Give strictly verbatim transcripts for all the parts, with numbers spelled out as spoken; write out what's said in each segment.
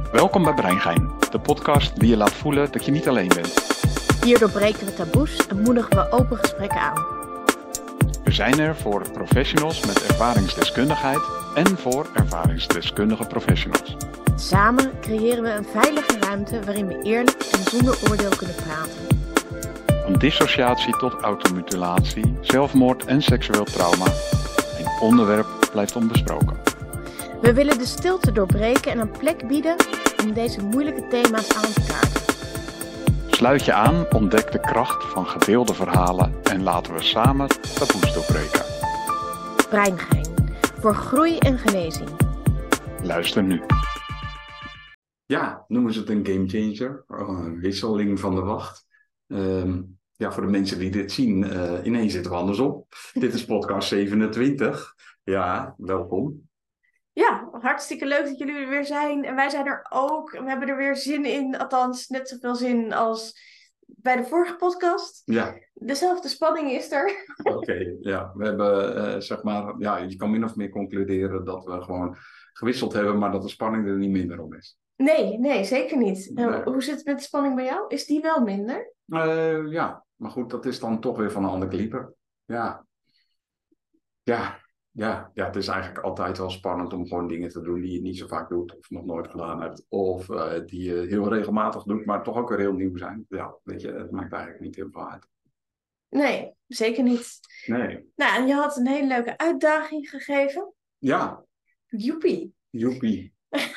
Welkom bij Breingein, de podcast die je laat voelen dat je niet alleen bent. Hier doorbreken we taboes en moedigen we open gesprekken aan. We zijn er voor professionals met ervaringsdeskundigheid en voor ervaringsdeskundige professionals. Samen creëren we een veilige ruimte waarin we eerlijk en zonder oordeel kunnen praten. Van dissociatie tot automutilatie, zelfmoord en seksueel trauma. Een onderwerp blijft onbesproken. We willen de stilte doorbreken en een plek bieden om deze moeilijke thema's aan te kaarten. Sluit je aan, ontdek de kracht van gedeelde verhalen en laten we samen taboes doorbreken. Breingein, voor groei en genezing. Luister nu. Ja, noemen ze het een gamechanger, een wisseling van de wacht. Um, ja, voor de mensen die dit zien, uh, ineens zitten we andersom. Dit is podcast zevenentwintig. Ja, welkom. Ja, hartstikke leuk dat jullie er weer zijn. En wij zijn er ook. We hebben er weer zin in. Althans, net zoveel zin als bij de vorige podcast. Ja. Dezelfde spanning is er. Oké, okay, ja. We hebben, uh, zeg maar, ja, je kan min of meer concluderen dat we gewoon gewisseld hebben, maar dat de spanning er niet minder om is. Nee, nee, zeker niet. Nee. Uh, hoe zit het met de spanning bij jou? Is die wel minder? Uh, ja, maar goed, dat is dan toch weer van een ander kaliber. Ja. Ja. Ja, ja, het is eigenlijk altijd wel spannend om gewoon dingen te doen die je niet zo vaak doet of nog nooit gedaan hebt. Of uh, die je heel regelmatig doet, maar toch ook weer heel nieuw zijn. Ja, weet je, het maakt eigenlijk niet heel veel uit. Nee, zeker niet. Nee. Nou, en je had een hele leuke uitdaging gegeven. Ja. Joepie. Joepie.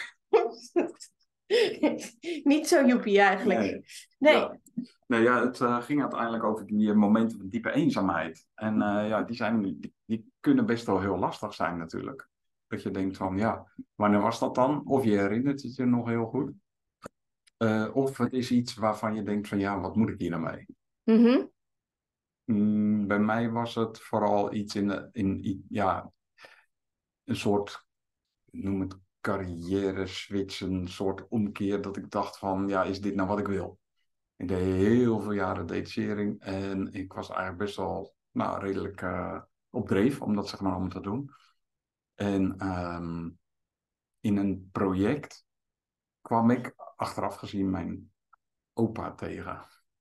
Niet zo joepie eigenlijk. Nee. Nee. Ja. Nee, ja, het uh, ging uiteindelijk over die momenten van diepe eenzaamheid. En uh, ja, die, zijn, die, die kunnen best wel heel lastig zijn natuurlijk. Dat je denkt van, ja, wanneer was dat dan? Of je herinnert het je nog heel goed. Uh, of het is iets waarvan je denkt van, ja, wat moet ik hier nou mee? Mm-hmm. Mm, bij mij was het vooral iets in, in, in ja, een soort, noem het carrière switch, een soort omkeer dat ik dacht van, ja, is dit nou wat ik wil? Ik deed heel veel jaren detachering en ik was eigenlijk best wel nou, redelijk uh, op dreef om dat zeg maar allemaal te doen. En um, in een project kwam ik achteraf gezien mijn opa tegen.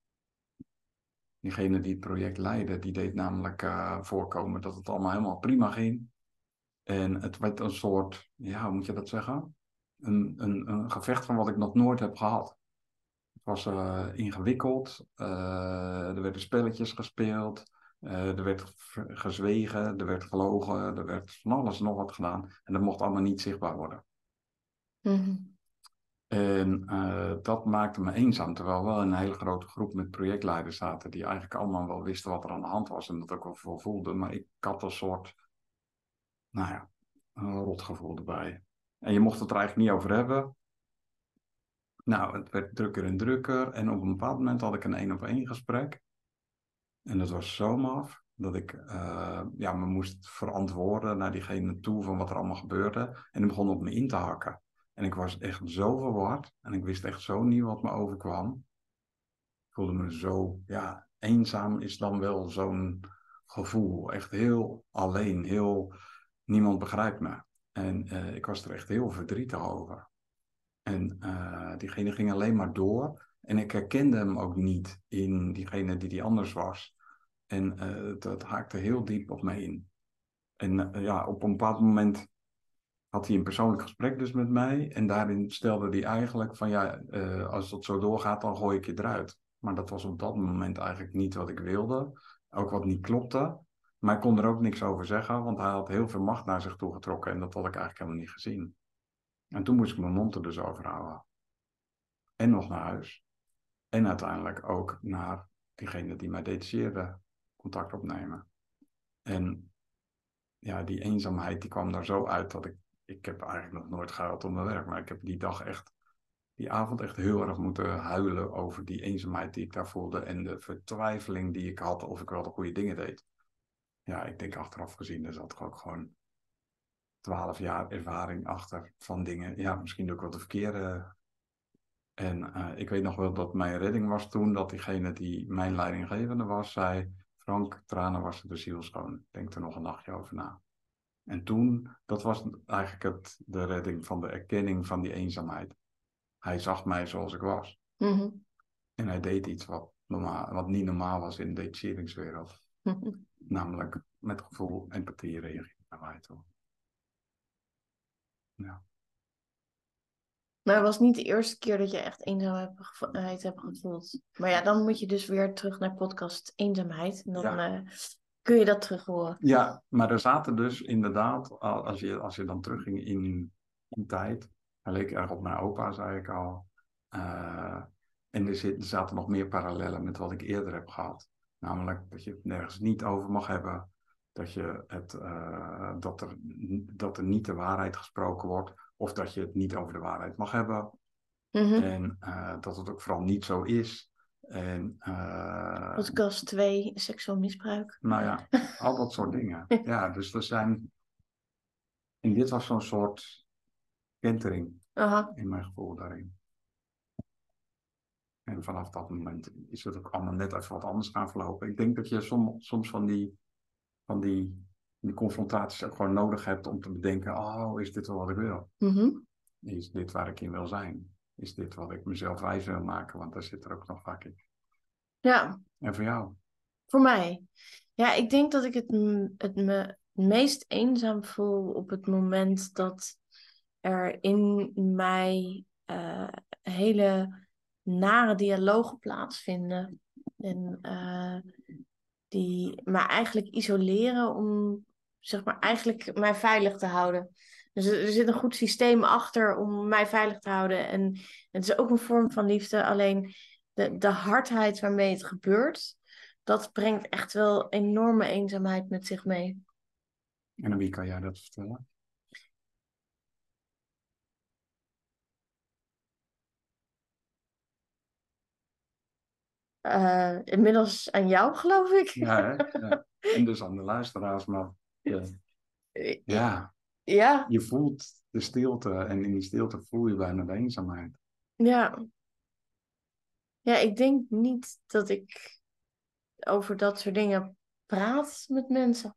Diegene die het project leidde, die deed namelijk uh, voorkomen dat het allemaal helemaal prima ging. En het werd een soort, ja, hoe moet je dat zeggen? Een, een, een gevecht van wat ik nog nooit heb gehad. Het was uh, ingewikkeld, uh, er werden spelletjes gespeeld, uh, er werd gezwegen, er werd gelogen, er werd van alles en nog wat gedaan. En dat mocht allemaal niet zichtbaar worden. Mm-hmm. En uh, dat maakte me eenzaam, terwijl wel een hele grote groep met projectleiders zaten die eigenlijk allemaal wel wisten wat er aan de hand was en dat ook wel veel voelden. Maar ik had een soort, nou ja, een rotgevoel erbij. En je mocht het er eigenlijk niet over hebben. Nou, het werd drukker en drukker en op een bepaald moment had ik een één op één gesprek. En dat was zo maf dat ik uh, ja, me moest verantwoorden naar diegene toe van wat er allemaal gebeurde. En die begon op me in te hakken. En ik was echt zo verward en ik wist echt zo niet wat me overkwam. Ik voelde me zo, ja, eenzaam is dan wel zo'n gevoel. Echt heel alleen, heel, niemand begrijpt me. En uh, ik was er echt heel verdrietig over. En uh, diegene ging alleen maar door. En ik herkende hem ook niet in diegene die die anders was. En uh, dat haakte heel diep op me in. En uh, ja, op een bepaald moment had hij een persoonlijk gesprek dus met mij. En daarin stelde hij eigenlijk van ja, uh, als dat zo doorgaat, dan gooi ik je eruit. Maar dat was op dat moment eigenlijk niet wat ik wilde. Ook wat niet klopte. Maar ik kon er ook niks over zeggen, want hij had heel veel macht naar zich toe getrokken. En dat had ik eigenlijk helemaal niet gezien. En toen moest ik mijn mond er dus over houden. En nog naar huis. En uiteindelijk ook naar diegene die mij detacheerde contact opnemen. En ja, die eenzaamheid die kwam daar zo uit dat ik... Ik heb eigenlijk nog nooit gehuild om mijn werk. Maar ik heb die dag echt... Die avond echt heel erg moeten huilen over die eenzaamheid die ik daar voelde. En de vertwijfeling die ik had of ik wel de goede dingen deed. Ja, ik denk achteraf gezien, er zat ook gewoon... twaalf jaar ervaring achter van dingen. Ja, misschien doe ik wat de verkeerde. En uh, ik weet nog wel dat mijn redding was toen, dat diegene die mijn leidinggevende was, zei, Frank, tranen wassen de ziel schoon. Denk er nog een nachtje over na. En toen, dat was eigenlijk het, de redding van de erkenning van die eenzaamheid. hij zag mij zoals ik was. Mm-hmm. En hij deed iets wat, normaal, wat niet normaal was in de detacheringswereld. Mm-hmm. Namelijk met gevoel, empathie reageren naar mij toe. Ja. Maar het was niet de eerste keer dat je echt eenzaamheid hebt gevoeld. Maar ja, dan moet je dus weer terug naar podcast eenzaamheid. En dan ja. uh, kun je dat terug horen. Ja, maar er zaten dus inderdaad, als je, als je dan terugging in, in tijd. Hij leek erg op mijn opa, zei ik al. Uh, en er, zit, er zaten nog meer parallellen met wat ik eerder heb gehad. Namelijk dat je het nergens niet over mag hebben. Dat, je het, uh, dat, er, dat er niet de waarheid gesproken wordt. Of dat je het niet over de waarheid mag hebben. Mm-hmm. En uh, dat het ook vooral niet zo is. En, uh, podcast twee, seksueel misbruik. Nou ja, al dat soort dingen. Ja, dus er zijn... En dit was zo'n soort kentering uh-huh. in mijn gevoel daarin. En vanaf dat moment is het ook allemaal net even wat anders gaan verlopen. Ik denk dat je som, soms van die, van die, die confrontaties ook gewoon nodig hebt om te bedenken, oh, is dit wel wat ik wil? Mm-hmm. Is dit waar ik in wil zijn? Is dit wat ik mezelf wijs wil maken? Want daar zit er ook nog vaak in. Ja. En voor jou? Voor mij? Ja, ik denk dat ik het, het me meest eenzaam voel op het moment dat er in mij uh, hele nare dialogen plaatsvinden. En uh, die mij eigenlijk isoleren om, zeg maar, eigenlijk mij veilig te houden. Dus er, er zit een goed systeem achter om mij veilig te houden. En het is ook een vorm van liefde. Alleen de, de hardheid waarmee het gebeurt, dat brengt echt wel enorme eenzaamheid met zich mee. En aan wie kan jij dat vertellen? Uh, inmiddels aan jou, geloof ik. Ja, hè? Ja. En dus aan de luisteraars, maar ja. Ja. Ja. Je voelt de stilte en in die stilte voel je bijna de eenzaamheid. Ja. Ja, ik denk niet dat ik over dat soort dingen praat met mensen.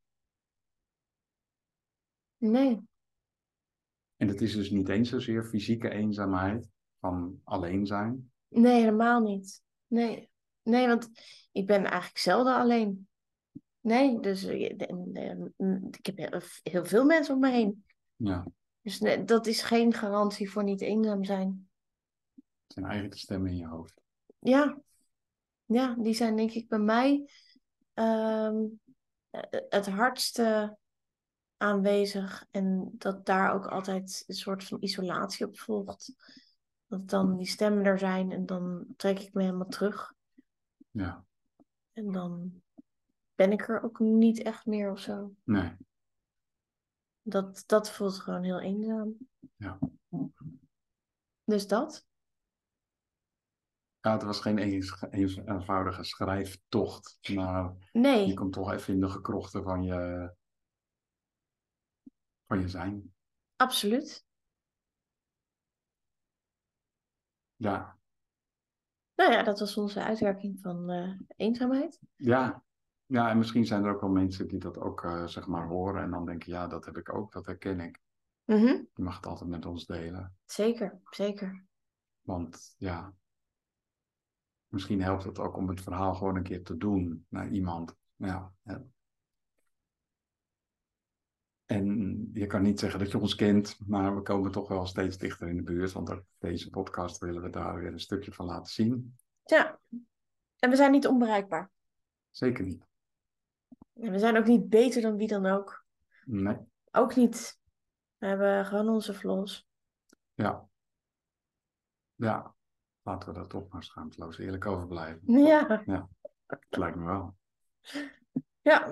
Nee. En het is dus niet eens zozeer fysieke eenzaamheid van alleen zijn? Nee, helemaal niet. Nee. Nee, want ik ben eigenlijk zelden alleen. Nee, dus ik heb heel veel mensen om me heen. Ja. Dus nee, dat is geen garantie voor niet eenzaam zijn. Het zijn eigenlijk de stemmen in je hoofd. Ja. Ja, die zijn denk ik bij mij um, het hardste aanwezig. En dat daar ook altijd een soort van isolatie op volgt. Dat dan die stemmen er zijn en dan trek ik me helemaal terug. Ja. En dan ben ik er ook niet echt meer of zo. Nee. Dat, dat voelt gewoon heel eenzaam. Ja. Dus dat? Ja, het was geen eens, eens eenvoudige schrijftocht. Maar nee. Je komt toch even in de gekrochten van je, van je zijn. Absoluut. Ja. Nou ja, dat was onze uitwerking van uh, eenzaamheid. Ja. Ja, en misschien zijn er ook wel mensen die dat ook uh, zeg maar horen en dan denken, ja, dat heb ik ook, dat herken ik. Mm-hmm. Je mag het altijd met ons delen. Zeker, zeker. Want ja, misschien helpt het ook om het verhaal gewoon een keer te doen naar iemand. Ja. ja. En je kan niet zeggen dat je ons kent, maar we komen toch wel steeds dichter in de buurt, want ook deze podcast willen we daar weer een stukje van laten zien. Ja, en we zijn niet onbereikbaar. Zeker niet. En we zijn ook niet beter dan wie dan ook. Nee. Ook niet. We hebben gewoon onze flaws. Ja. Ja. Laten we daar toch maar schaamteloos eerlijk over blijven. Ja. Ja. Het lijkt me wel. Ja.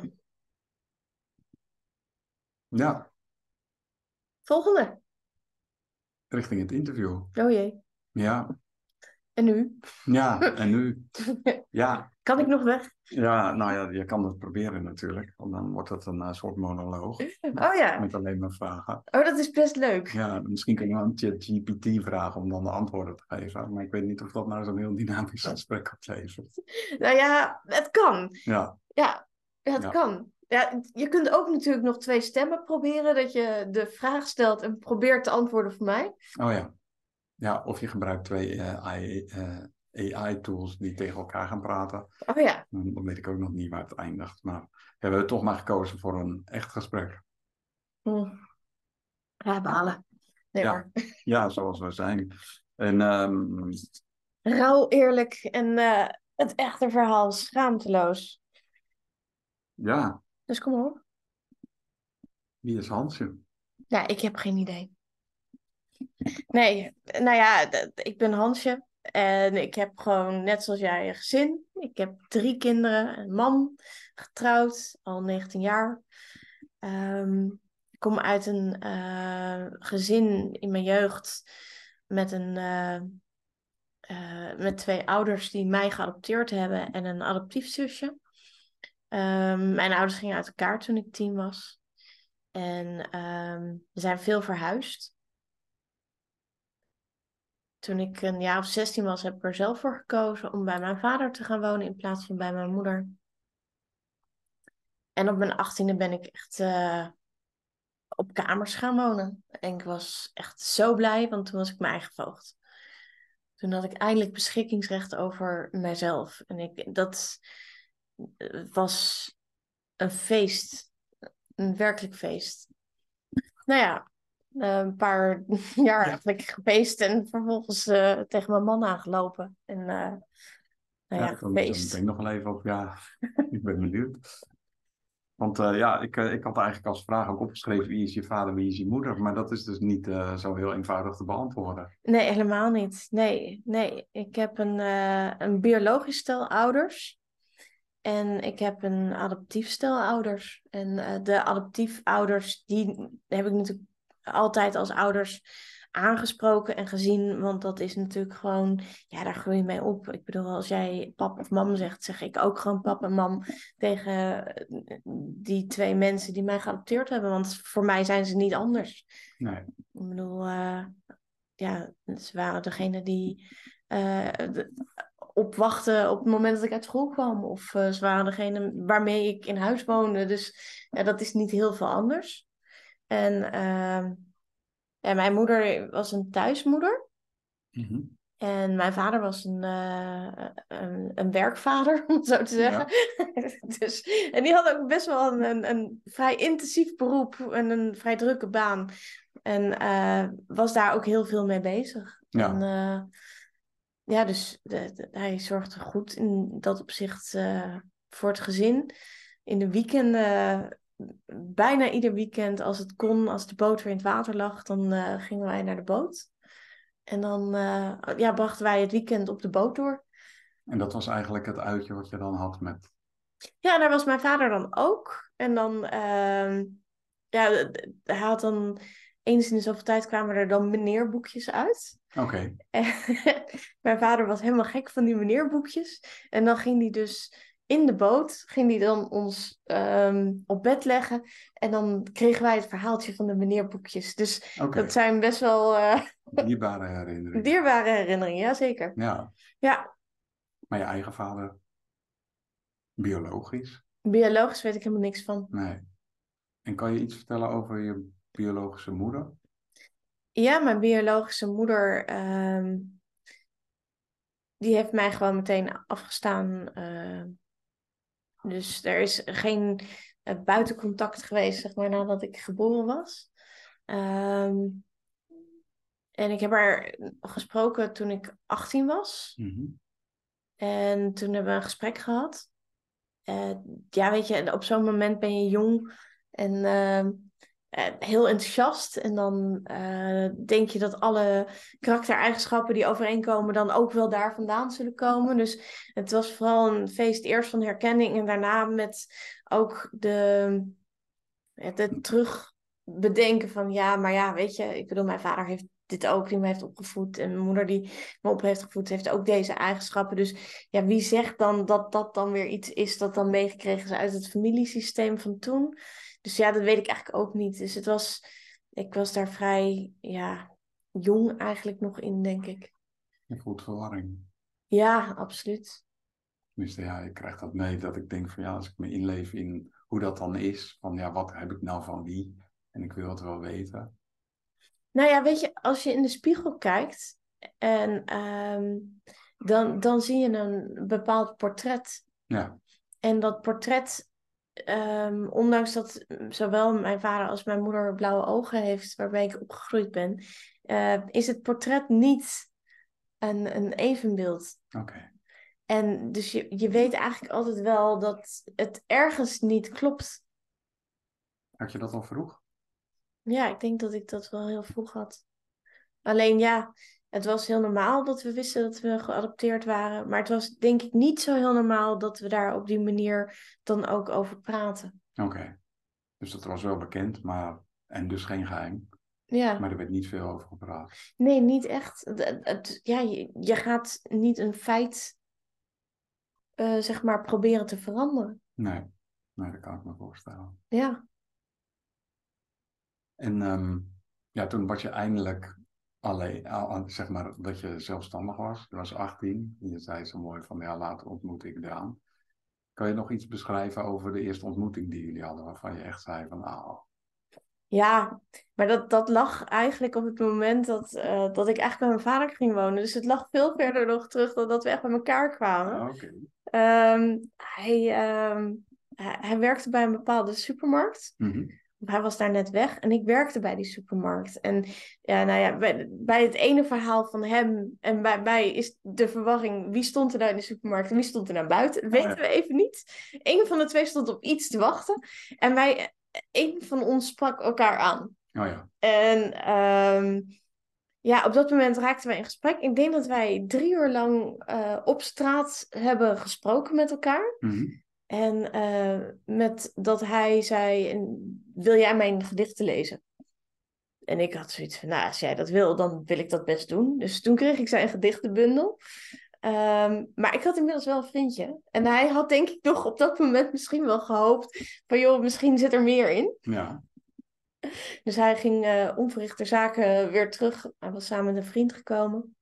Ja. Volgende. Richting het interview. Oh jee. Ja. En nu? Ja, en nu? Ja. Kan ik nog weg? Ja, nou ja, je kan het proberen natuurlijk. Want dan wordt het een uh, soort monoloog. Oh ja. Met alleen maar vragen. Oh, dat is best leuk. Ja, misschien kunnen we een ChatGPT vragen om dan de antwoorden te geven. Maar ik weet niet of dat nou zo'n heel dynamisch gesprek oplevert. Nou ja, het kan. Ja. Ja, het ja. kan. Ja, je kunt ook natuurlijk nog twee stemmen proberen. Dat je de vraag stelt en probeert te antwoorden voor mij. Oh ja. Ja, of je gebruikt twee uh, A I-tools die tegen elkaar gaan praten. Oh ja. Dan, dan weet ik ook nog niet waar het eindigt. Maar ja, we hebben toch maar gekozen voor een echt gesprek. Hm. Ja, balen. Nee ja. hoor. Ja, zoals we zijn. En, um... Rauw, eerlijk en uh, het echte verhaal, schaamteloos. Ja. Dus kom op. Wie is Hansje? Ja, ik heb geen idee. Nee, nou ja, ik ben Hansje. En ik heb gewoon, net zoals jij, een gezin. Ik heb drie kinderen, een man, getrouwd, al negentien jaar. Um, ik kom uit een uh, gezin in mijn jeugd met, een, uh, uh, met twee ouders die mij geadopteerd hebben en een adoptiefzusje. Um, mijn ouders gingen uit elkaar toen ik tien was. En um, we zijn veel verhuisd. Toen ik een jaar of zestien was, heb ik er zelf voor gekozen om bij mijn vader te gaan wonen in plaats van bij mijn moeder. En op mijn achttiende ben ik echt uh, op kamers gaan wonen. En ik was echt zo blij, want toen was ik mijn eigen voogd. Toen had ik eindelijk beschikkingsrecht over mijzelf. En ik, dat was een feest. Een werkelijk feest. Nou ja, een paar jaar eigenlijk gepeest en vervolgens uh, tegen mijn man aangelopen. En uh, nou ja, ja, ik kom er zo meteen nog wel even op. Ja, ik ben benieuwd. Want uh, ja, ik, uh, ik had eigenlijk als vraag ook opgeschreven wie is je vader, wie is je moeder. Maar dat is dus niet uh, zo heel eenvoudig te beantwoorden. Nee, helemaal niet. Nee, nee. Ik heb een, uh, een biologisch stel ouders. En ik heb een adoptief stel ouders. En uh, de adoptiefouders, die heb ik natuurlijk altijd als ouders aangesproken en gezien. Want dat is natuurlijk gewoon, ja, daar groei je mee op. Ik bedoel, als jij pap of mam zegt, zeg ik ook gewoon pap en mam tegen die twee mensen die mij geadopteerd hebben. Want voor mij zijn ze niet anders. Nee. Ik bedoel, uh, ja, ze waren degene die uh, de, opwachten op het moment dat ik uit school kwam. Of uh, ze waren degene waarmee ik in huis woonde. Dus ja, dat is niet heel veel anders. En uh, ja, mijn moeder was een thuismoeder. Mm-hmm. En mijn vader was een, uh, een, een werkvader, om het zo te zeggen. Ja. Dus, en die had ook best wel een, een, een vrij intensief beroep en een vrij drukke baan. En uh, was daar ook heel veel mee bezig. Ja. En, uh, ja, dus de, de, hij zorgde goed in dat opzicht uh, voor het gezin. In de weekenden, bijna ieder weekend als het kon, als de boot weer in het water lag, dan uh, gingen wij naar de boot. En dan uh, ja, brachten wij het weekend op de boot door. En dat was eigenlijk het uitje wat je dan had met... Ja, daar was mijn vader dan ook. En dan, uh, ja, hij had dan... Eens in de zoveel tijd kwamen er dan meneerboekjes uit. Oké. Okay. Mijn vader was helemaal gek van die meneerboekjes. En dan ging hij dus in de boot, ging hij dan ons um, op bed leggen. En dan kregen wij het verhaaltje van de meneerboekjes. Dus okay. Dat zijn best wel... Uh, dierbare herinneringen. Dierbare herinneringen, ja zeker. Ja. Ja. Maar je eigen vader, biologisch? Biologisch weet ik helemaal niks van. Nee. En kan je iets vertellen over je biologische moeder? Ja, mijn biologische moeder, um, die heeft mij gewoon meteen afgestaan. Uh, dus er is geen uh, buitencontact geweest, zeg maar, nadat ik geboren was. Um, en ik heb haar gesproken toen ik achttien was. Mm-hmm. En toen hebben we een gesprek gehad. Uh, ja, weet je, op zo'n moment ben je jong en uh, uh, heel enthousiast. En dan uh, denk je dat alle karaktereigenschappen die overeenkomen dan ook wel daar vandaan zullen komen. Dus het was vooral een feest eerst van herkenning en daarna met ook de, het terugbedenken van ja, maar ja, weet je, ik bedoel, mijn vader heeft dit ook, die me heeft opgevoed. En mijn moeder die me op heeft gevoed, heeft ook deze eigenschappen. Dus ja, wie zegt dan dat dat dan weer iets is dat dan meegekregen is uit het familiesysteem van toen? Dus ja, dat weet ik eigenlijk ook niet. Dus het was, ik was daar vrij, ja, jong eigenlijk nog in, denk ik. Je voelt verwarring. Ja, absoluut. Dus ja, ik krijg dat mee, dat ik denk van ja, als ik me inleef in hoe dat dan is, van ja, wat heb ik nou van wie? En ik wil het wel weten. Nou ja, weet je, als je in de spiegel kijkt, En um, dan, dan zie je een bepaald portret. Ja. En dat portret, um, ondanks dat zowel mijn vader als mijn moeder blauwe ogen heeft, waarbij ik opgegroeid ben, uh, is het portret niet een, een evenbeeld. Oké. Okay. En dus je, je weet eigenlijk altijd wel dat het ergens niet klopt. Had je dat al vroeg? Ja, ik denk dat ik dat wel heel vroeg had. Alleen ja, het was heel normaal dat we wisten dat we geadopteerd waren. Maar het was denk ik niet zo heel normaal dat we daar op die manier dan ook over praten. Oké. Okay. Dus dat was wel bekend, maar en dus geen geheim. Ja. Maar er werd niet veel over gepraat. Nee, niet echt. Het, het, ja, je, je gaat niet een feit, uh, zeg maar, proberen te veranderen. Nee. Nee, dat kan ik me voorstellen. Ja. En um, ja, toen was je eindelijk alleen, al, zeg maar, dat je zelfstandig was. Je was achttien. Je zei zo mooi van, ja, later ontmoet ik Daan. Kan je nog iets beschrijven over de eerste ontmoeting die jullie hadden, waarvan je echt zei van, ah... Ja, maar dat, dat lag eigenlijk op het moment dat, uh, dat ik eigenlijk bij mijn vader ging wonen. Dus het lag veel verder nog terug dan dat we echt bij elkaar kwamen. Ah, oké. Okay. Um, hij, um, hij, hij werkte bij een bepaalde supermarkt. Mm-hmm. Hij was daar net weg en ik werkte bij die supermarkt. En ja, nou ja, bij, bij het ene verhaal van hem en bij mij is de verwarring, wie stond er nou in de supermarkt en wie stond er nou buiten? Dat weten oh, ja. we even niet. Eén van de twee stond op iets te wachten. En wij, één van ons sprak elkaar aan. Oh ja. En um, ja, op dat moment raakten wij in gesprek. Ik denk dat wij drie uur lang uh, op straat hebben gesproken met elkaar. Mm-hmm. En uh, met dat hij zei, wil jij mijn gedichten lezen? En ik had zoiets van, nou, als jij dat wil, dan wil ik dat best doen. Dus toen kreeg ik zijn gedichtenbundel. Um, maar ik had inmiddels wel een vriendje. En hij had denk ik nog op dat moment misschien wel gehoopt van, joh, misschien zit er meer in. Ja. Dus hij ging uh, onverrichter zaken weer terug. Hij was samen met een vriend gekomen.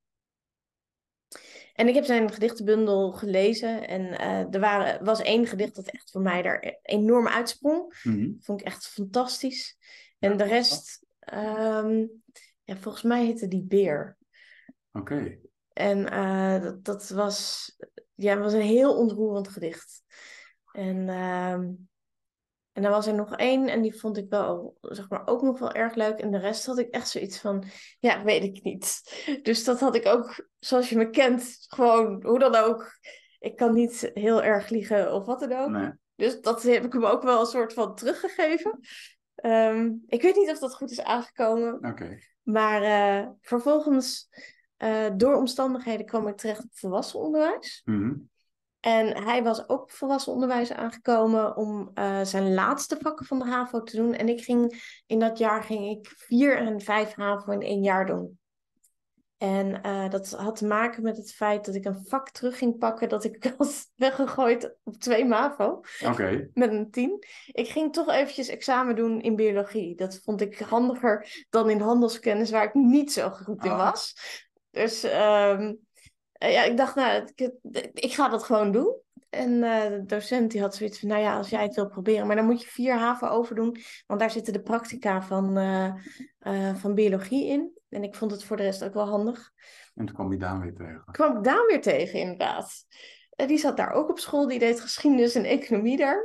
En ik heb zijn gedichtenbundel gelezen. En uh, er waren, was één gedicht dat echt voor mij daar enorm uitsprong. Mm-hmm. Dat vond ik echt fantastisch. En ja, de rest, um, ja, volgens mij heette die Beer. Oké. Okay. En uh, dat, dat was, ja, was een heel ontroerend gedicht. En, uh, en dan was er nog één en die vond ik wel, zeg maar, ook nog wel erg leuk. En de rest had ik echt zoiets van, ja, weet ik niet. Dus dat had ik ook, zoals je me kent, gewoon, hoe dan ook. Ik kan niet heel erg liegen of wat dan ook. Nee. Dus dat heb ik hem ook wel een soort van teruggegeven. Um, ik weet niet of dat goed is aangekomen. Oké. Okay. Maar uh, vervolgens, uh, door omstandigheden kwam ik terecht op volwassenenonderwijs. Mm-hmm. En hij was ook op volwassenenonderwijs aangekomen om uh, zijn laatste vakken van de HAVO te doen. En ik ging, in dat jaar ging ik vier en vijf HAVO in één jaar doen. En uh, dat had te maken met het feit dat ik een vak terug ging pakken dat ik had weggegooid op twee MAVO. Oké. Okay. Met een tien. Ik ging toch eventjes examen doen in biologie. Dat vond ik handiger dan in handelskennis, waar ik niet zo goed in was. Dus um, uh, ja, ik dacht, nou, ik, ik ga dat gewoon doen. En uh, de docent die had zoiets van, nou ja, als jij het wil proberen, maar dan moet je vier HAVO overdoen, want daar zitten de practica van, uh, uh, van biologie in. En ik vond het voor de rest ook wel handig. En toen kwam je Daan weer tegen. Kwam ik Daan weer tegen, inderdaad. En die zat daar ook op school, die deed geschiedenis en economie daar.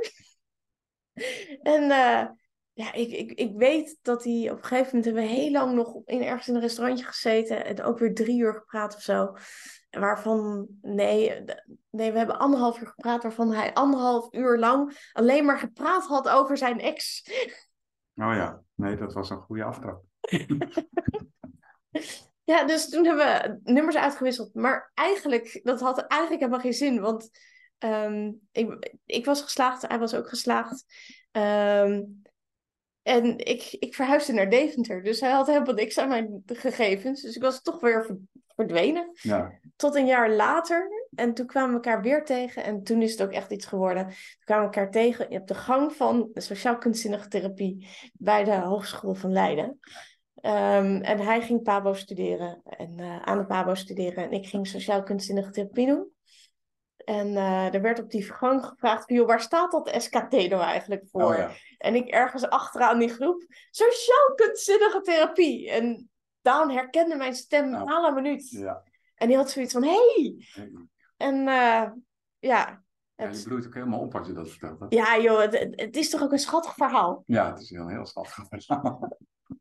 En uh, ja, ik, ik, ik weet dat hij op een gegeven moment hebben we heel lang nog in, ergens in een restaurantje gezeten en ook weer drie uur gepraat of zo. Waarvan, nee, nee, we hebben anderhalf uur gepraat, waarvan hij anderhalf uur lang alleen maar gepraat had over zijn ex. Oh ja, nee, dat was een goede aftrap. Ja, dus toen hebben we nummers uitgewisseld. Maar eigenlijk, dat had eigenlijk helemaal geen zin. Want um, ik, ik was geslaagd, hij was ook geslaagd. Um, en ik, ik verhuisde naar Deventer. Dus hij had helemaal niks aan mijn gegevens. Dus ik was toch weer verdwenen. Ja. Tot een jaar later. En toen kwamen we elkaar weer tegen. En toen is het ook echt iets geworden. Toen kwamen we elkaar tegen op de gang van de sociaal-kunstzinnige therapie bij de Hogeschool van Leiden. Um, en hij ging Pabo studeren. En uh, aan de Pabo studeren. En ik ging sociaal-kunstzinnige therapie doen. En uh, er werd op die gang gevraagd, joh, waar staat dat S K T nou eigenlijk voor? Oh, ja. En ik ergens achteraan die groep, sociaal-kunstzinnige therapie. En Daan herkende mijn stem Nou, na een minuut. Ja. En die had zoiets van, hey! Nee, En uh, ja... Ja, je bloeit ook helemaal op als je dat vertelt. Hè? Ja joh, het, het is toch ook een schattig verhaal? Ja, het is een heel schattig verhaal.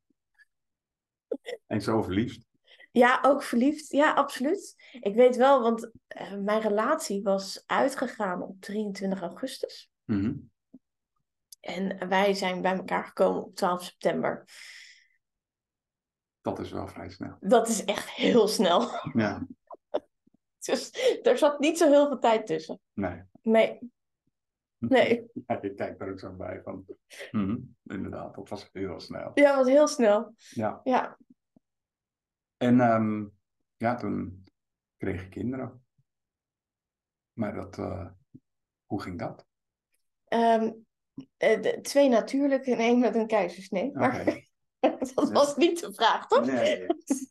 En zo verliefd. Ja, ook verliefd. Ja, absoluut. Ik weet wel, want uh, mijn relatie was uitgegaan op drieëntwintig augustus. Mm-hmm. En wij zijn bij elkaar gekomen op twaalf september. Dat is wel vrij snel. Dat is echt heel snel. Ja. Dus er zat niet zo heel veel tijd tussen. Nee. Nee. Nee. Ja, ik kijk daar ook zo bij van. Mm-hmm. Inderdaad, dat was heel snel. Ja, dat was heel snel. Ja. Ja. En um, ja, toen kreeg ik kinderen. Maar dat, uh, hoe ging dat? Um, de, twee natuurlijk en één met een keizersnee. Maar Okay. dat was niet de vraag, toch? Nee,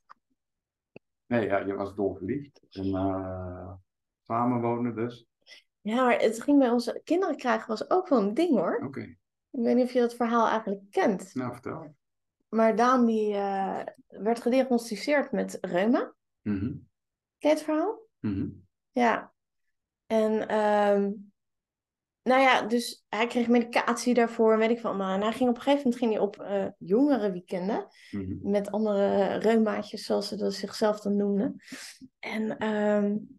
nee ja, je was dolverliefd. En uh, samenwonen dus. Ja, maar het ging bij onze kinderen krijgen was ook wel een ding, hoor. Oké. Okay. Ik weet niet of je dat verhaal eigenlijk kent. Nou, vertel. Maar Daan die uh, werd gediagnosticeerd met reuma. Mm-hmm. Ken je het verhaal? Mm-hmm. Ja. En um, nou ja, dus hij kreeg medicatie daarvoor en weet ik van. En hij ging op een gegeven moment ging hij op uh, jongere weekenden. Mm-hmm. Met andere reumaatjes, zoals ze dat zichzelf dan noemden. En um,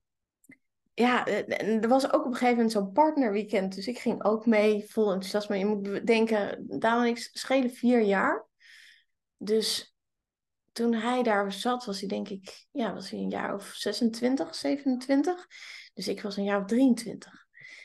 ja, er was ook op een gegeven moment zo'n partnerweekend. Dus ik ging ook mee, vol enthousiasme. Je moet denken, Daan en ik schelen vier jaar. Dus toen hij daar zat, was hij denk ik, ja, was hij een jaar of zesentwintig, zevenentwintig. Dus ik was een jaar of drieëntwintig.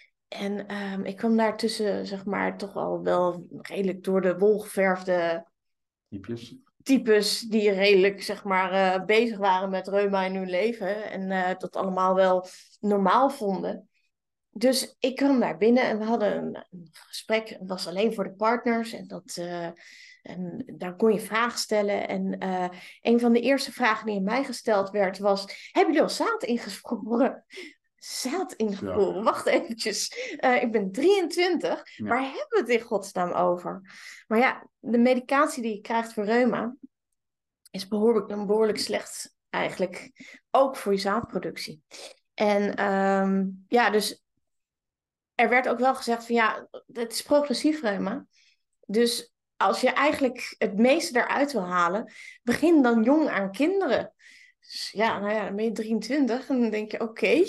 En um, ik kwam daar tussen, zeg maar, toch al wel redelijk door de wol geverfde types. types die redelijk, zeg maar, uh, bezig waren met reuma in hun leven. En uh, dat allemaal wel normaal vonden. Dus ik kwam daar binnen en we hadden een, een gesprek. Het was alleen voor de partners. En, dat, uh, en daar kon je vragen stellen. En uh, een van de eerste vragen die aan mij gesteld werd was... Hebben jullie al zaad ingevroren? Zaad ingevroren? Ja. Wacht eventjes. Uh, ik ben drieëntwintig. Ja. Waar hebben we het in godsnaam over? Maar ja, de medicatie die je krijgt voor reuma... is behoorlijk, behoorlijk slecht eigenlijk. Ook voor je zaadproductie. En um, ja, dus... Er werd ook wel gezegd van ja, het is progressief reuma. Dus als je eigenlijk het meeste eruit wil halen, begin dan jong aan kinderen. Dus ja, nou ja, dan ben je drieëntwintig en dan denk je oké. Okay.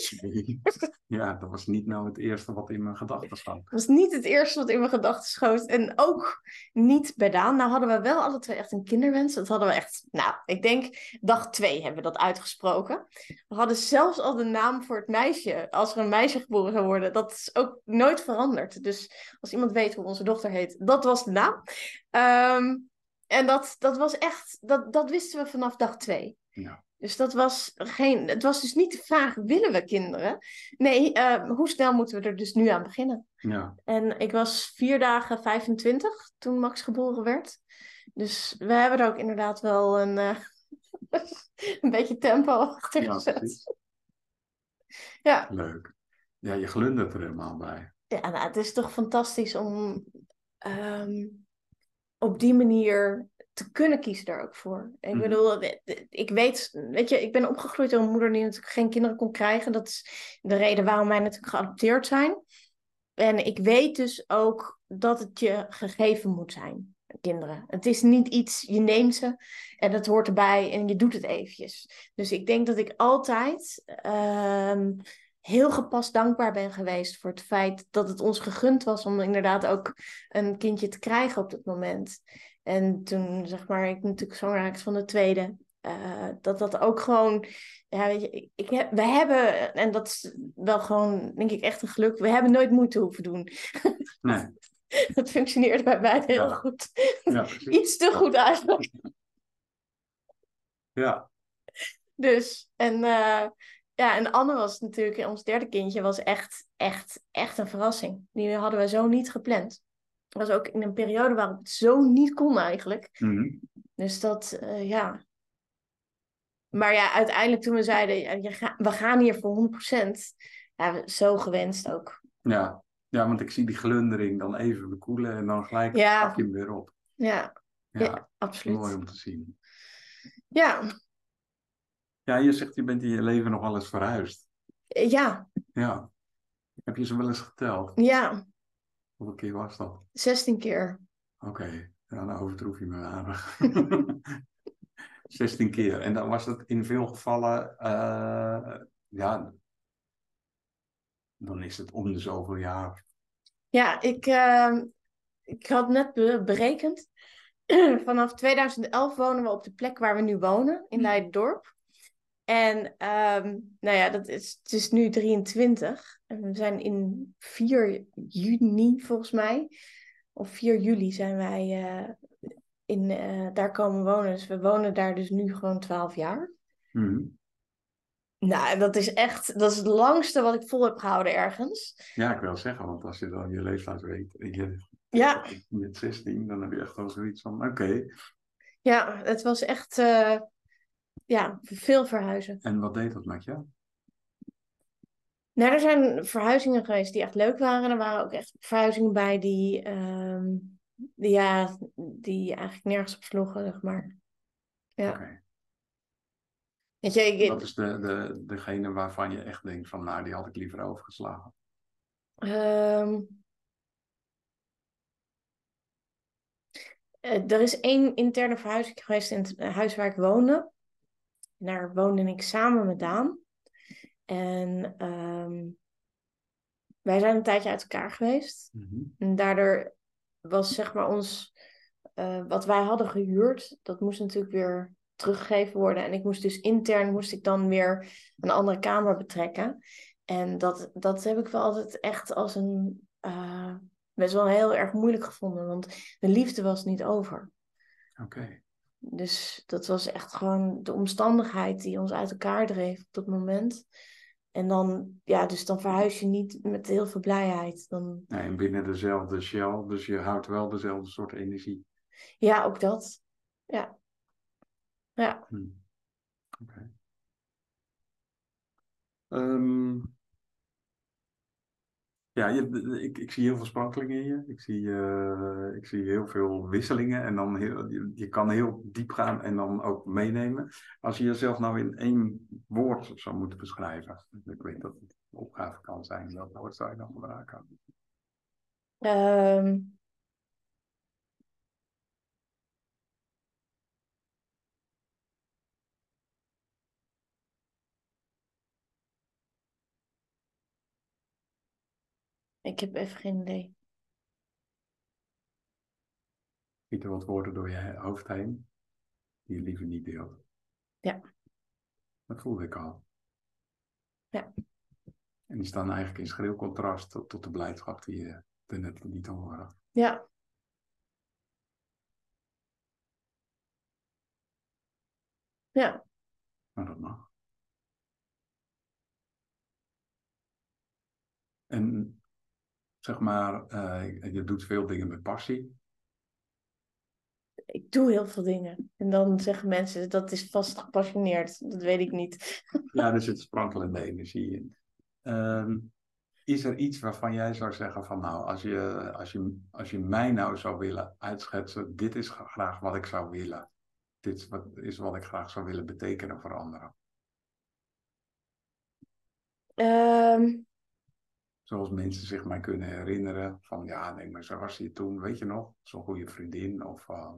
Ja, dat was niet nou het eerste wat in mijn gedachten schoot. Dat was niet het eerste wat in mijn gedachten schoot. En ook niet bij Daan. Nou hadden we wel alle twee echt een kinderwens. Dat hadden we echt, nou, ik denk dag twee hebben we dat uitgesproken. We hadden zelfs al de naam voor het meisje. Als er een meisje geboren zou worden. Dat is ook nooit veranderd. Dus als iemand weet hoe onze dochter heet, dat was de naam. Um, en dat, dat was echt, dat, dat wisten we vanaf dag twee. Ja. Dus dat was geen, het was dus niet de vraag, willen we kinderen? Nee, uh, hoe snel moeten we er dus nu aan beginnen? Ja. En ik was vier dagen vijfentwintig toen Max geboren werd. Dus we hebben er ook inderdaad wel een, uh, een beetje tempo achter ja, gezet. Ja. Leuk. Ja, je glundert er helemaal bij. Ja, nou, het is toch fantastisch om um, op die manier... te kunnen kiezen daar ook voor. Ik mm-hmm. bedoel, ik weet, weet je, ik ben opgegroeid door een moeder die natuurlijk geen kinderen kon krijgen. Dat is de reden waarom wij natuurlijk geadopteerd zijn. En ik weet dus ook dat het je gegeven moet zijn, kinderen. Het is niet iets, je neemt ze en het hoort erbij en je doet het eventjes. Dus ik denk dat ik altijd um, heel gepast dankbaar ben geweest voor het feit dat het ons gegund was om inderdaad ook een kindje te krijgen op dat moment. En toen, zeg maar, ik natuurlijk zwanger raakte van de tweede. Uh, dat dat ook gewoon... Ja, weet je, ik, ik heb, we hebben... En dat is wel gewoon, denk ik, echt een geluk. We hebben nooit moeite hoeven doen. Nee. Dat functioneert bij beiden heel ja. goed. Ja, Iets te goed eigenlijk. Ja. Dus, en... Uh, ja, en Anne was natuurlijk... Ons derde kindje was echt, echt, echt een verrassing. Die hadden we zo niet gepland. Het was ook in een periode waarop het zo niet kon eigenlijk. Mm-hmm. Dus dat, uh, ja. Maar ja, uiteindelijk toen we zeiden, ja, je ga, we gaan hier voor honderd procent. Ja, zo gewenst ook. Ja. Ja, want ik zie die glundering dan even bekoelen en dan gelijk ja. pak je hem weer op. Ja, Ja, ja absoluut. Mooi om te zien. Ja, Ja, je zegt je bent in je leven nog wel eens verhuisd. ja, Ja. Heb je ze wel eens geteld? ja, Hoeveel keer was dat? zestien keer. Oké, okay. Ja, dan overtroef je me aardig. zestien keer. En dan was het in veel gevallen, uh, ja, dan is het om de zoveel jaar. Ja, ik, uh, ik had net be- berekend. Vanaf tweeduizend elf wonen we op de plek waar we nu wonen, in Leiden-dorp. En um, nou ja, dat is, het is nu drieëntwintig. En we zijn in vier juni volgens mij. Of vier juli zijn wij uh, in, uh, daar komen wonen. Dus we wonen daar dus nu gewoon twaalf jaar. Mm-hmm. Nou, dat is echt, dat is het langste wat ik vol heb gehouden ergens. Ja, ik wil zeggen, want als je dan je leeftijd weet, je, ja. met zestien, dan heb je echt wel zoiets van, oké. Okay. Ja, het was echt, uh, ja, veel verhuizen. En wat deed dat met je? Nou, er zijn verhuizingen geweest die echt leuk waren. Er waren ook echt verhuizingen bij die, um, die, ja, die eigenlijk nergens op sloegen, zeg maar. Ja. Okay. Weet je, ik, Wat is de, de, degene waarvan je echt denkt van, nou, die had ik liever overgeslagen? Um, uh, er is één interne verhuizing geweest in het huis waar ik woonde. Daar woonde ik samen met Daan. En um, wij zijn een tijdje uit elkaar geweest. Mm-hmm. En daardoor was zeg maar ons, uh, wat wij hadden gehuurd, dat moest natuurlijk weer teruggegeven worden. En ik moest dus intern, moest ik dan weer een andere kamer betrekken. En dat, dat heb ik wel altijd echt als een, uh, best wel heel erg moeilijk gevonden. Want de liefde was niet over. Oké. Okay. Dus dat was echt gewoon de omstandigheid die ons uit elkaar dreef op dat moment. En dan, ja, dus dan verhuis je niet met heel veel blijheid. Dan... Nee, en binnen dezelfde shell, dus je houdt wel dezelfde soort energie. Ja, ook dat. Ja. Ja. Hmm. Oké. Okay. Um, ja, je, ik, ik zie heel veel sprankeling in je. Ik zie, uh, ik zie heel veel wisselingen. En dan heel, je, je kan heel diep gaan en dan ook meenemen. Als je jezelf nou in één woord zou moeten beschrijven. Ik weet dat het een opgave kan zijn. Welk woord zou je dan gebruiken? Um... Ik heb even geen idee. Schiet er wat woorden door je hoofd heen die je liever niet deelt? Ja. Dat voelde ik al. Ja. En die staan eigenlijk in schril contrast tot, tot de blijdschap die je er net niet hoorde. Ja. Ja. Maar dat mag. En zeg maar, uh, je doet veel dingen met passie. Ik doe heel veel dingen. En dan zeggen mensen, dat is vast gepassioneerd. Dat weet ik niet. Ja, er zit sprankelende energie in. Um, is er iets waarvan jij zou zeggen van nou, als je, als, je, als je mij nou zou willen uitschetsen, dit is graag wat ik zou willen. Dit is wat, is wat ik graag zou willen betekenen voor anderen. Um... Zoals mensen zich mij kunnen herinneren van ja, nee, maar zo was je toen, weet je nog, zo'n goede vriendin of... Uh,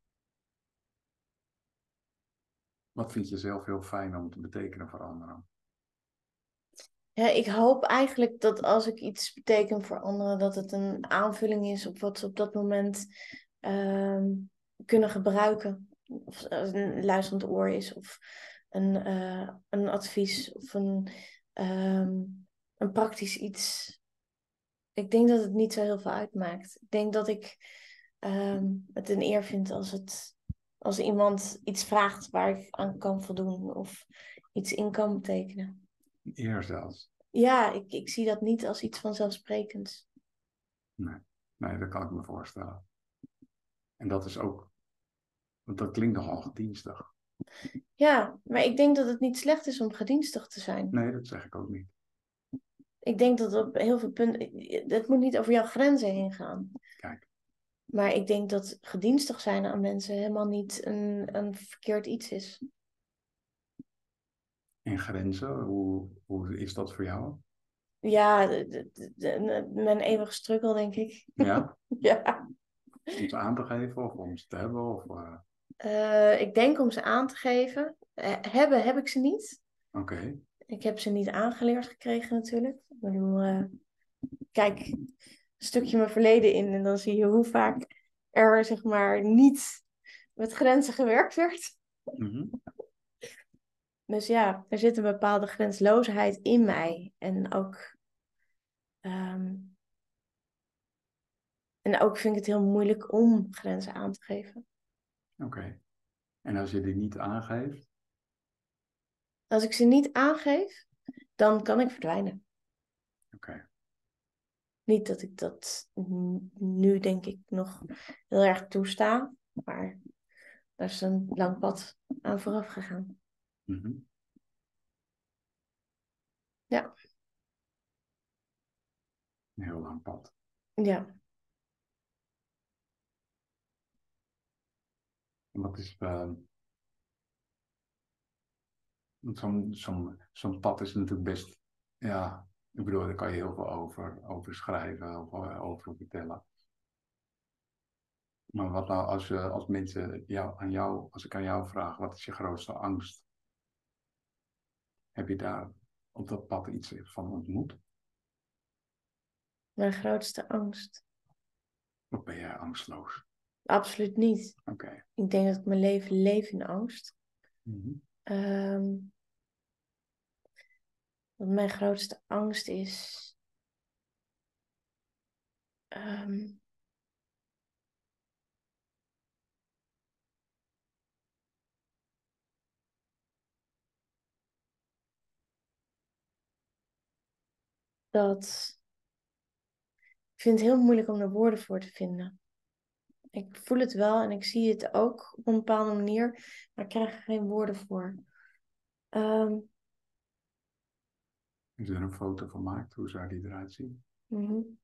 wat vind je zelf heel fijn om te betekenen voor anderen? Ja, ik hoop eigenlijk dat als ik iets beteken voor anderen, dat het een aanvulling is op wat ze op dat moment um, kunnen gebruiken. Of een luisterend oor is, of een, uh, een advies, of een, um, een praktisch iets. Ik denk dat het niet zo heel veel uitmaakt. Ik denk dat ik um, het een eer vind als, het, als iemand iets vraagt waar ik aan kan voldoen, of iets in kan betekenen. Eer zelfs. Ja, ik, ik zie dat niet als iets vanzelfsprekends. Nee, nee, dat kan ik me voorstellen. En dat is ook, want dat klinkt nogal gedienstig. Ja, maar ik denk dat het niet slecht is om gedienstig te zijn. Nee, dat zeg ik ook niet. Ik denk dat op heel veel punten, het moet niet over jouw grenzen heen gaan. Kijk. Maar ik denk dat gedienstig zijn aan mensen helemaal niet een, een verkeerd iets is. En grenzen, hoe, hoe is dat voor jou? Ja, de, de, de, mijn eeuwige struggle, denk ik. Ja? Ja. Om ze aan te geven of om ze te hebben? Of, uh... Uh, ik denk om ze aan te geven. Uh, hebben heb ik ze niet. Oké. Okay. Ik heb ze niet aangeleerd gekregen natuurlijk. Ik bedoel, uh, kijk een stukje mijn verleden in en dan zie je hoe vaak er zeg maar niet met grenzen gewerkt werd. Mm-hmm. Dus ja, er zit een bepaalde grensloosheid in mij. En ook, um, en ook vind ik het heel moeilijk om grenzen aan te geven. Oké. Okay. En als je die niet aangeeft? Als ik ze niet aangeef, dan kan ik verdwijnen. Oké. Okay. Niet dat ik dat nu denk ik nog heel erg toesta, maar daar is een lang pad aan vooraf gegaan. Mm-hmm. Ja. Een heel lang pad. Ja. En wat is... Uh... Zo'n, zo'n, zo'n pad is natuurlijk best... Ja, ik bedoel, daar kan je heel veel over, over schrijven of over vertellen. Maar wat nou als, je, als mensen jou, aan jou, als ik aan jou vraag, wat is je grootste angst? Heb je daar op dat pad iets van ontmoet? Mijn grootste angst? Of ben jij angstloos? Absoluut niet. Oké. Okay. Ik denk dat ik mijn leven leef in angst. Mm-hmm. Um, wat mijn grootste angst is... Um, dat... Ik vind het heel moeilijk om er woorden voor te vinden. Ik voel het wel en ik zie het ook op een bepaalde manier, maar ik krijg er geen woorden voor. Um, Is er een foto van gemaakt? Hoe zou die eruit zien? Mm-hmm.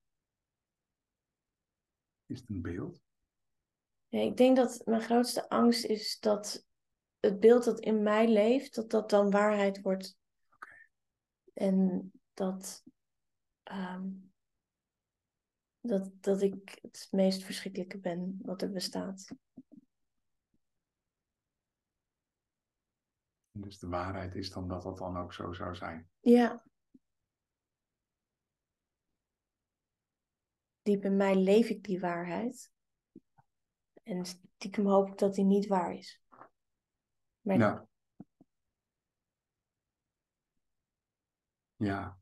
Is het een beeld? Ja, ik denk dat mijn grootste angst is dat het beeld dat in mij leeft, dat dat dan waarheid wordt. Okay. En dat, um, dat, dat ik het meest verschrikkelijke ben wat er bestaat. Dus de waarheid is dan dat dat dan ook zo zou zijn? Ja. Diep in mij leef ik die waarheid. En stiekem hoop ik dat die niet waar is. Maar... Ja. Ja.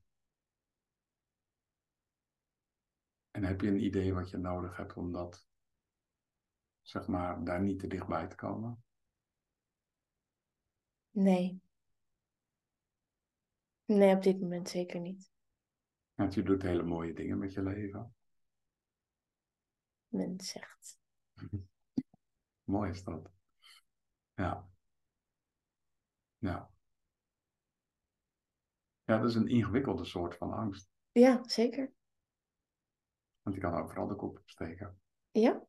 En heb je een idee wat je nodig hebt om dat, zeg maar, daar niet te dichtbij te komen? Nee. Nee, op dit moment zeker niet. Want je doet hele mooie dingen met je leven. Men zegt. Mooi is dat. Ja. Ja. Ja, dat is een ingewikkelde soort van angst. Ja, zeker. Want die kan overal de kop opsteken. Ja.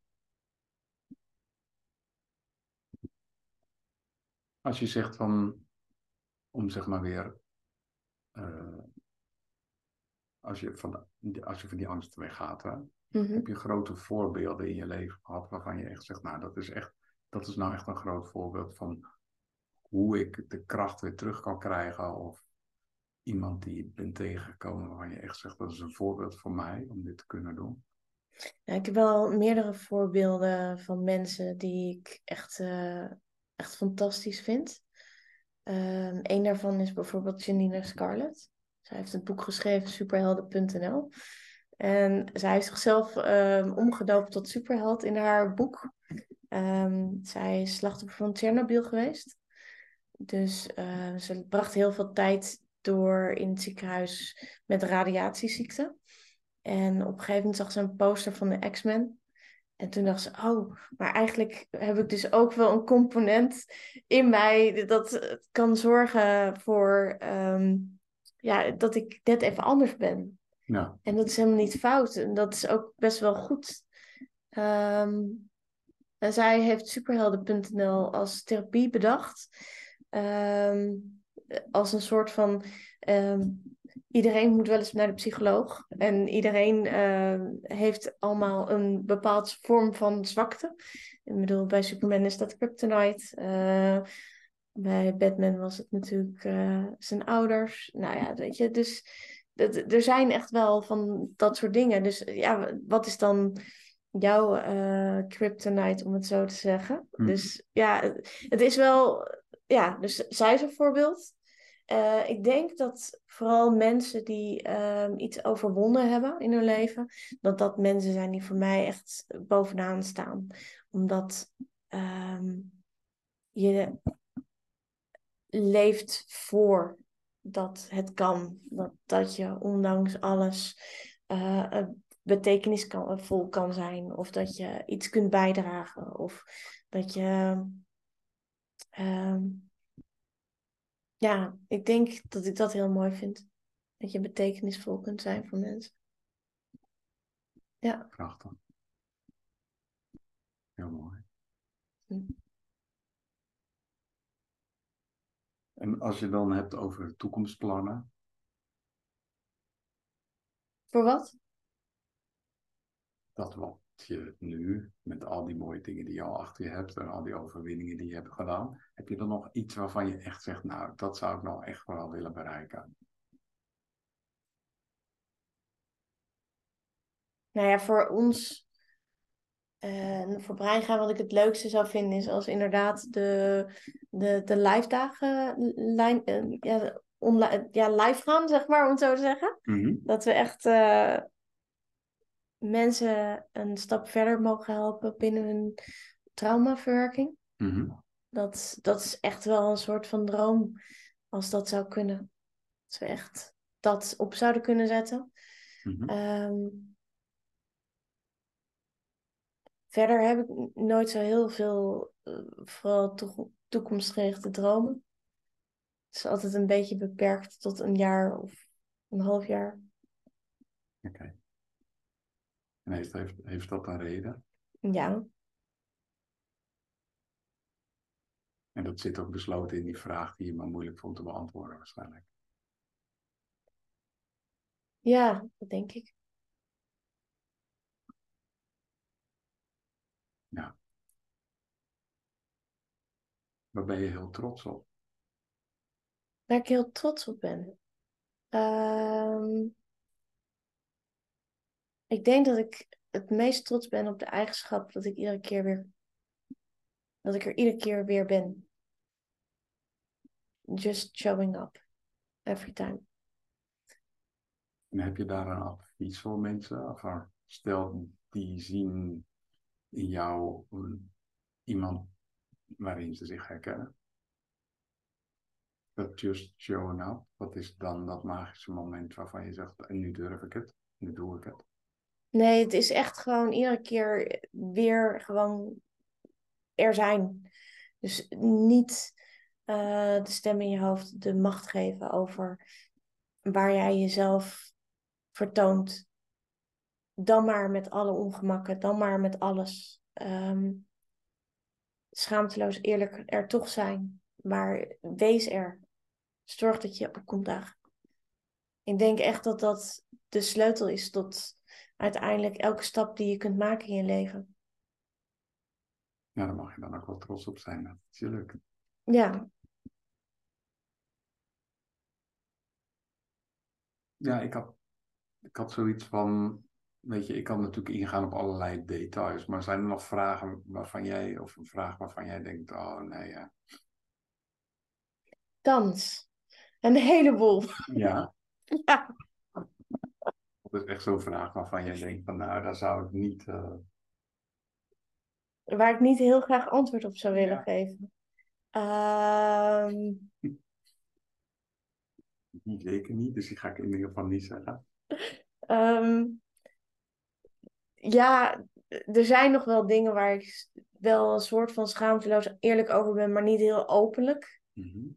Als je zegt van, om zeg maar weer, uh, als, je van, als je van die angst weggaat, hè, mm-hmm. heb je grote voorbeelden in je leven gehad waarvan je echt zegt, nou dat is echt, dat is nou echt een groot voorbeeld van hoe ik de kracht weer terug kan krijgen of iemand die ik ben tegengekomen waarvan je echt zegt, dat is een voorbeeld voor mij om dit te kunnen doen. Ja, ik heb wel meerdere voorbeelden van mensen die ik echt, uh, echt fantastisch vind. Um, Eén daarvan is bijvoorbeeld Janina Scarlett. Zij heeft een boek geschreven, superhelden punt n l. En zij heeft zichzelf um, omgedoopt tot superheld in haar boek. Um, zij is slachtoffer van Tsjernobyl geweest. Dus uh, ze bracht heel veel tijd door in het ziekenhuis met radiatieziekte. En op een gegeven moment zag ze een poster van de X-Men. En toen dacht ze, oh, maar eigenlijk heb ik dus ook wel een component in mij dat kan zorgen voor um, ja, dat ik net even anders ben. Ja. En dat is helemaal niet fout. En dat is ook best wel goed. Um, en zij heeft superhelden punt n l als therapie bedacht. Um, als een soort van... Um, iedereen moet wel eens naar de psycholoog. En iedereen uh, heeft allemaal een bepaald vorm van zwakte. Ik bedoel, bij Superman is dat kryptonite. Uh, bij Batman was het natuurlijk uh, zijn ouders. Nou ja, weet je, dus... Er zijn echt wel van dat soort dingen. Dus ja, wat is dan jouw uh, kryptonite, om het zo te zeggen? Hm. Dus ja, het, het is wel... Ja, dus zij is een voorbeeld. Uh, ik denk dat vooral mensen die um, iets overwonnen hebben in hun leven, dat dat mensen zijn die voor mij echt bovenaan staan. Omdat um, je leeft voor dat het kan. Dat, dat je ondanks alles uh, betekenisvol kan zijn. Of dat je iets kunt bijdragen. Of dat je... Uh, ja, ik denk dat ik dat heel mooi vind. Dat je betekenisvol kunt zijn voor mensen. Ja. Prachtig. Heel mooi. Hm. En als je dan hebt over toekomstplannen. Voor wat? Dat wat je nu, met al die mooie dingen die je al achter je hebt en al die overwinningen die je hebt gedaan, heb je dan nog iets waarvan je echt zegt, nou, dat zou ik nou echt wel willen bereiken? Nou ja, voor ons, uh, voor Breingaan, wat ik het leukste zou vinden, is als inderdaad de, de, de live dagen, line, uh, ja, online, ja, live gaan, zeg maar, om het zo te zeggen. Mm-hmm. Dat we echt uh, mensen een stap verder mogen helpen binnen hun traumaverwerking. Mm-hmm. Dat, dat is echt wel een soort van droom, als dat zou kunnen. Als we echt dat op zouden kunnen zetten. Mm-hmm. Um, verder heb ik nooit zo heel veel, uh, vooral to- toekomstgerichte dromen. Het is altijd een beetje beperkt tot een jaar of een half jaar. Oké. Okay. En heeft, heeft, heeft dat een reden? Ja. En dat zit ook besloten in die vraag die je maar moeilijk vond te beantwoorden waarschijnlijk. Ja, dat denk ik. Ja. Waar ben je heel trots op? Waar ik heel trots op ben. Um, ik denk dat ik het meest trots ben op de eigenschap dat ik iedere keer weer, dat ik er iedere keer weer ben. Just showing up. Every time. En heb je daar een advies voor mensen? Of stel die zien in jou een, iemand waarin ze zich herkennen. Dat just showing up, wat is dan dat magische moment waarvan je zegt, en nu durf ik het, nu doe ik het? Nee, het is echt gewoon iedere keer weer gewoon er zijn. Dus niet uh, de stem in je hoofd de macht geven over waar jij jezelf vertoont. Dan maar met alle ongemakken, dan maar met alles. Um, schaamteloos eerlijk er toch zijn. Maar wees er. Zorg dat je opkomt dagen. Ik denk echt dat dat de sleutel is tot uiteindelijk elke stap die je kunt maken in je leven. Ja, daar mag je dan ook wel trots op zijn. Dat is je lukt. Ja. Ja, ik had, ik had zoiets van, weet je, ik kan natuurlijk ingaan op allerlei details, maar zijn er nog vragen waarvan jij, of een vraag waarvan jij denkt, oh nee, ja. Dans. Een heleboel. Ja. Ja. Dat is echt zo'n vraag waarvan jij denkt van, nou, daar zou ik niet... Uh... Waar ik niet heel graag antwoord op zou willen ja. geven. Um... Die zeker niet, dus die ga ik in ieder geval niet zeggen. Um... Ja, er zijn nog wel dingen waar ik wel een soort van schaamteloos eerlijk over ben, maar niet heel openlijk. Mm-hmm.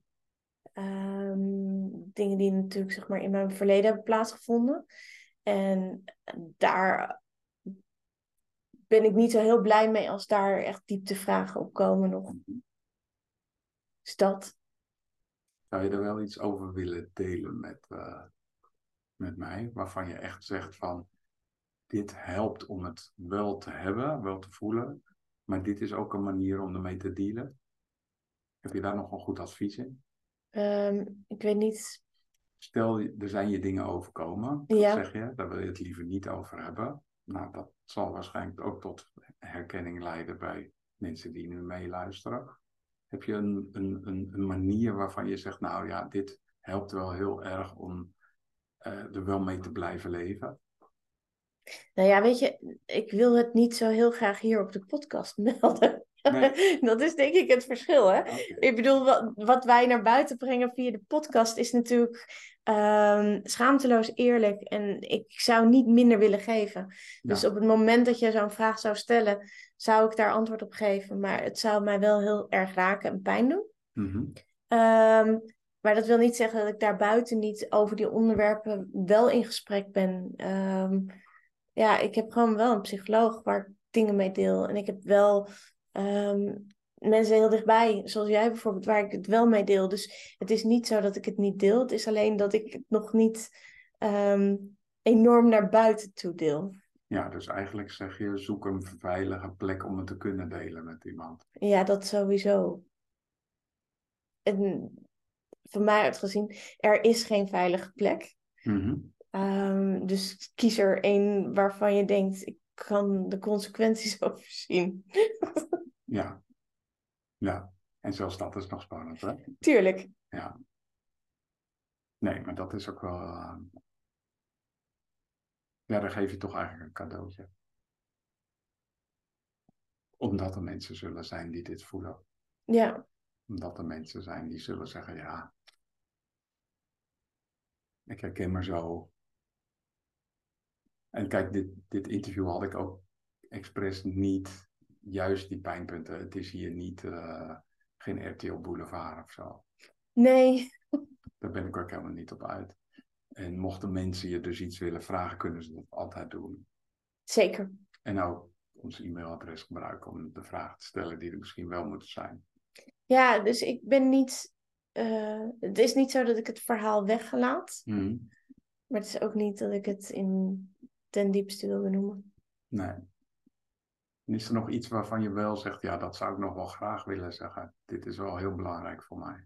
Um, dingen die natuurlijk zeg maar in mijn verleden hebben plaatsgevonden. En daar ben ik niet zo heel blij mee als daar echt dieptevragen op komen nog. Dus dat. Zou je er wel iets over willen delen met, uh, met mij? Waarvan je echt zegt van, dit helpt om het wel te hebben, wel te voelen. Maar dit is ook een manier om ermee te dealen. Heb je daar nog een goed advies in? Um, ik weet niet. Stel, er zijn je dingen overkomen. Dat Ja. zeg je, daar wil je het liever niet over hebben. Nou, dat zal waarschijnlijk ook tot herkenning leiden bij mensen die nu meeluisteren. Heb je een, een, een, een manier waarvan je zegt, nou ja, dit helpt wel heel erg om uh, er wel mee te blijven leven? Nou ja, weet je, ik wil het niet zo heel graag hier op de podcast melden. Nee. Dat is denk ik het verschil, hè? Okay. Ik bedoel, wat, wat wij naar buiten brengen via de podcast is natuurlijk um, schaamteloos eerlijk. En ik zou niet minder willen geven. Ja. Dus op het moment dat je zo'n vraag zou stellen, zou ik daar antwoord op geven. Maar het zou mij wel heel erg raken en pijn doen. Mm-hmm. Um, maar dat wil niet zeggen dat ik daar buiten niet over die onderwerpen wel in gesprek ben. Um, ja, ik heb gewoon wel een psycholoog waar ik dingen mee deel. En ik heb wel um, mensen heel dichtbij, zoals jij bijvoorbeeld, waar ik het wel mee deel. Dus het is niet zo dat ik het niet deel. Het is alleen dat ik het nog niet um, enorm naar buiten toe deel. Ja, dus eigenlijk zeg je, zoek een veilige plek om het te kunnen delen met iemand. Ja, dat sowieso. En van mij uit gezien, er is geen veilige plek. Mm-hmm. Um, dus kies er één waarvan je denkt, ik kan de consequenties overzien. Ja. Ja. En zelfs dat is nog spannend, hè? Tuurlijk. Ja. Nee, maar dat is ook wel... Uh... Ja, dan geef je toch eigenlijk een cadeautje. Omdat er mensen zullen zijn die dit voelen. Ja. Omdat er mensen zijn die zullen zeggen, ja... Ik herken me zo... En kijk, dit, dit interview had ik ook expres niet juist die pijnpunten. Het is hier niet, uh, geen R T L Boulevard of zo. Nee. Daar ben ik ook helemaal niet op uit. En mochten mensen je dus iets willen vragen, kunnen ze dat altijd doen. Zeker. En ook ons e-mailadres gebruiken om de vragen te stellen die er misschien wel moeten zijn. Ja, dus ik ben niet... Uh, het is niet zo dat ik het verhaal weggelaat. Mm. Maar het is ook niet dat ik het in ten diepste wil benoemen. Nee. En is er nog iets waarvan je wel zegt, ja, dat zou ik nog wel graag willen zeggen. Dit is wel heel belangrijk voor mij.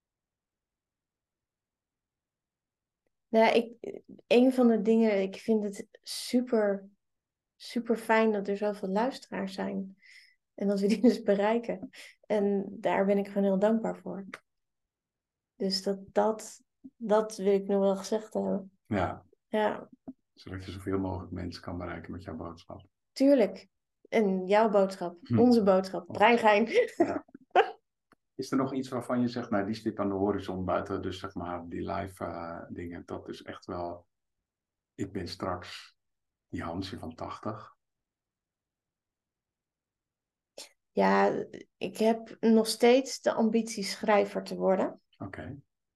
Nou, ik, een van de dingen, ik vind het super, super fijn dat er zoveel luisteraars zijn. En dat we die dus bereiken. En daar ben ik gewoon heel dankbaar voor. Dus dat, dat, dat wil ik nog wel gezegd hebben. Ja. Ja. Zodat je zoveel mogelijk mensen kan bereiken met jouw boodschap. Tuurlijk. En jouw boodschap, hm. onze boodschap, breingein. Ja. Is er nog iets waarvan je zegt, nou die stip aan de horizon buiten, dus zeg maar die live uh, dingen, dat is echt wel, ik ben straks die Hansje van tachtig. Ja, ik heb nog steeds de ambitie schrijver te worden. Oké. Okay.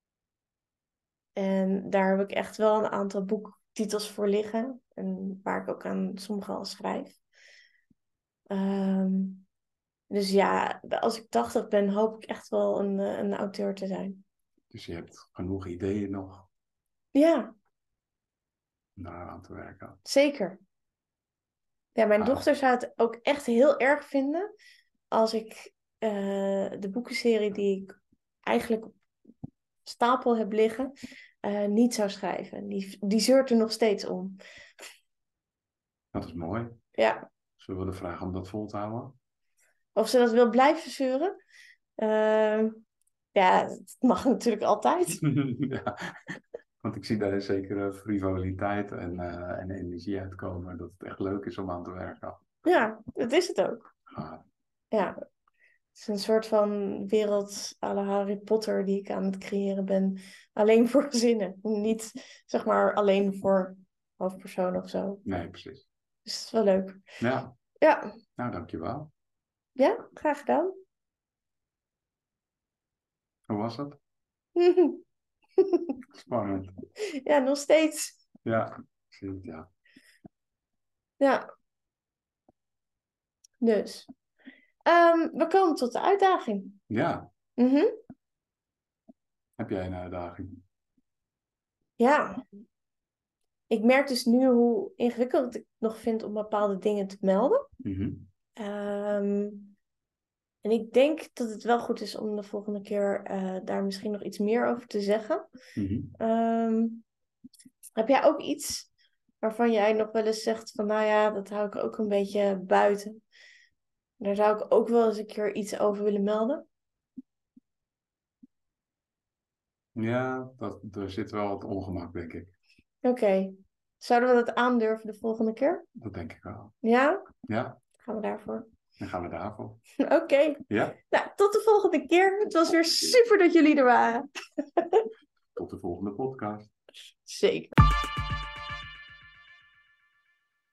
En daar heb ik echt wel een aantal boektitels voor liggen. En waar ik ook aan sommige al schrijf. Um, dus ja, als ik tachtig ben, hoop ik echt wel een, een auteur te zijn. Dus je hebt genoeg ideeën nog? Ja. Om daar aan te werken. Zeker. Ja, mijn ah. dochter zou het ook echt heel erg vinden als ik uh, de boekenserie die ik eigenlijk op stapel heb liggen, uh, niet zou schrijven. Die, die zeurt er nog steeds om. Dat is mooi. Ja. Zullen we de vragen om dat vol te houden? Of ze dat wil blijven zeuren? Uh, ja, het mag natuurlijk altijd. Ja. Want ik zie daar zeker frivoliteit en, uh, en energie uitkomen. Dat het echt leuk is om aan te werken. Ja, dat is het ook. Ah. Ja. Het is een soort van wereld à la Harry Potter die ik aan het creëren ben. Alleen voor gezinnen. Niet, zeg maar, alleen voor hoofdpersonen of zo. Nee, precies. Dus het is wel leuk. Ja. Ja. Nou, dankjewel. Ja, graag gedaan. Hoe was het? Spannend. Ja, nog steeds. Ja, zie het, ja. Ja. Dus, um, we komen tot de uitdaging. Ja. Mm-hmm. Heb jij een uitdaging? Ja. Ik merk dus nu hoe ingewikkeld ik nog vind om bepaalde dingen te melden. Mm-hmm. Um, en ik denk dat het wel goed is om de volgende keer uh, daar misschien nog iets meer over te zeggen. Mm-hmm. Um, heb jij ook iets waarvan jij nog wel eens zegt van nou ja, dat hou ik ook een beetje buiten. Daar zou ik ook wel eens een keer iets over willen melden. Ja, dat, er zit wel wat ongemak, denk ik. Oké. Okay. Zouden we dat aandurven de volgende keer? Dat denk ik wel. Ja? Ja. Gaan we daarvoor. Dan gaan we daarvoor. Oké. Okay. Ja. Nou, tot de volgende keer. Het was weer super dat jullie er waren. Tot de volgende podcast. Zeker.